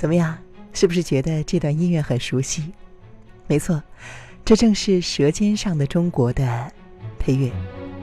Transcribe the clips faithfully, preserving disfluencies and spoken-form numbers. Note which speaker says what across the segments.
Speaker 1: 怎么样？是不是觉得这段音乐很熟悉？没错，这正是《舌尖上的中国》的配乐。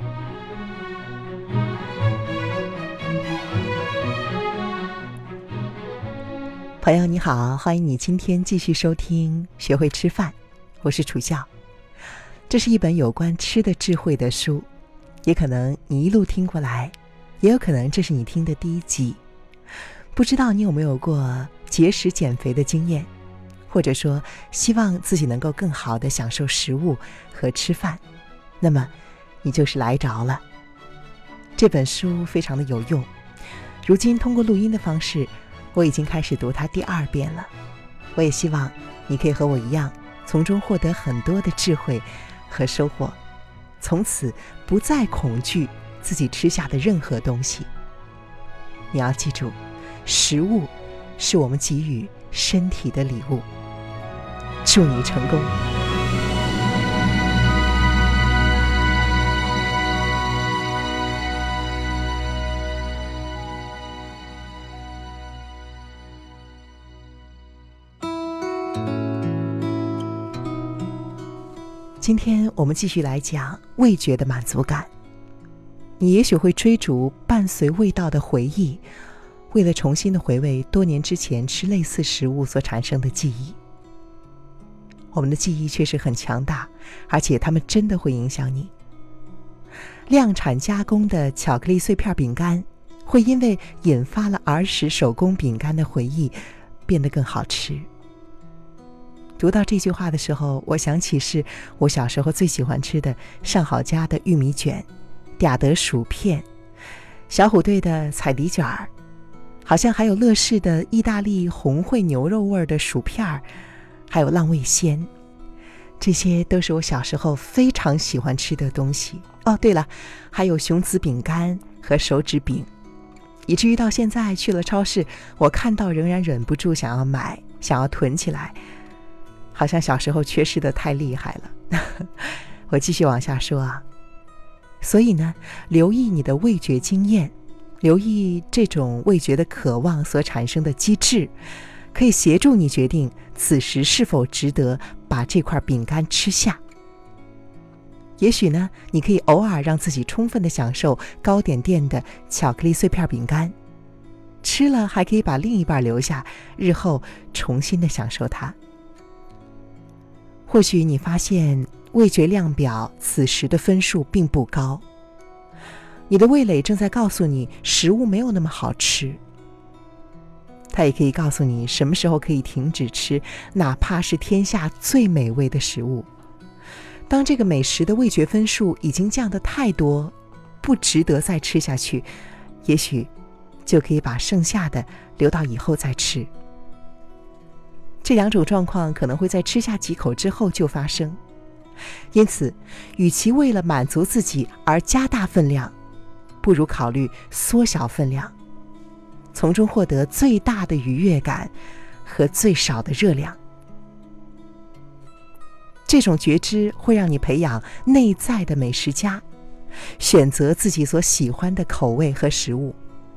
Speaker 1: 朋友你好，欢迎你今天继续收听学会吃饭，我是楚笑。这是一本有关吃的智慧的书，也可能你一路听过来，也有可能这是你听的第一集。不知道你有没有过节食减肥的经验，或者说希望自己能够更好地享受食物和吃饭，那么你就是来着了。这本书非常的有用，如今通过录音的方式，我已经开始读它第二遍了。我也希望你可以和我一样，从中获得很多的智慧和收获，从此不再恐惧自己吃下的任何东西。你要记住，食物是我们给予身体的礼物。祝你成功。今天我们继续来讲味觉的满足感。你也许会追逐伴随味道的回忆，为了重新的回味多年之前吃类似食物所产生的记忆。我们的记忆确实很强大，而且它们真的会影响你。量产加工的巧克力碎片饼干，会因为引发了儿时手工饼干的回忆，变得更好吃。读到这句话的时候，我想起是我小时候最喜欢吃的上好佳的玉米卷、嗲德薯片、小虎队的彩迪卷儿，好像还有乐事的意大利红烩牛肉味的薯片儿，还有浪味仙，这些都是我小时候非常喜欢吃的东西。哦，对了，还有熊子饼干和手指饼，以至于到现在去了超市，我看到仍然忍不住想要买，想要囤起来，好像小时候缺失的太厉害了。我继续往下说啊，所以呢，留意你的味觉经验，留意这种味觉的渴望所产生的机制，可以协助你决定此时是否值得把这块饼干吃下。也许呢，你可以偶尔让自己充分地享受糕点店的巧克力碎片饼干，吃了还可以把另一半留下，日后重新地享受它。或许你发现味觉量表此时的分数并不高，你的味蕾正在告诉你食物没有那么好吃。它也可以告诉你什么时候可以停止吃，哪怕是天下最美味的食物。当这个美食的味觉分数已经降得太多，不值得再吃下去，也许就可以把剩下的留到以后再吃。这两种状况可能会在吃下几口之后就发生，因此与其为了满足自己而加大分量，不如考虑缩小分量，从中获得最大的愉悦感和最少的热量。这种觉知会让你培养内在的美食家，选择自己所喜欢的口味和食物。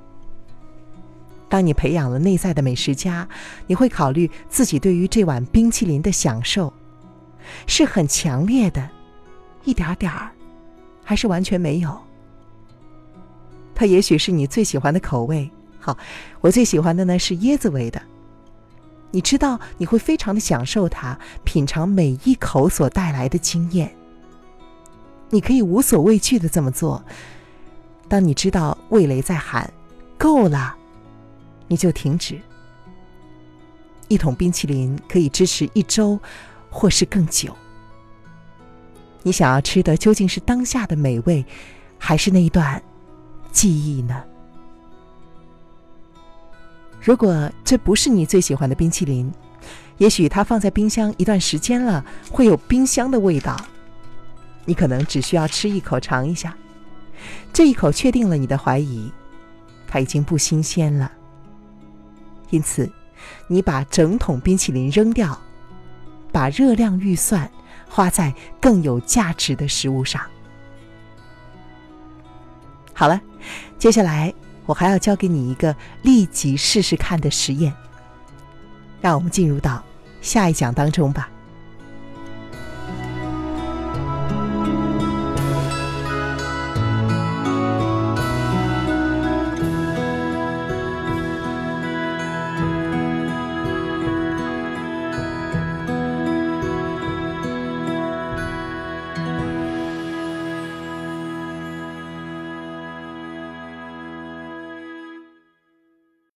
Speaker 1: 当你培养了内在的美食家，你会考虑自己对于这碗冰淇淋的享受是很强烈的，一点点儿，还是完全没有。它也许是你最喜欢的口味，好，我最喜欢的呢是椰子味的。你知道你会非常的享受它，品尝每一口所带来的经验。你可以无所畏惧的这么做。当你知道味蕾在喊够了，你就停止。一桶冰淇淋可以支持一周或是更久。你想要吃的究竟是当下的美味，还是那一段记忆呢？如果这不是你最喜欢的冰淇淋，也许它放在冰箱一段时间了，会有冰箱的味道。你可能只需要吃一口尝一下，这一口确定了你的怀疑，它已经不新鲜了。因此，你把整桶冰淇淋扔掉，把热量预算花在更有价值的食物上。好了，接下来我还要教给你一个立即试试看的实验。 让我们进入到下一讲当中吧。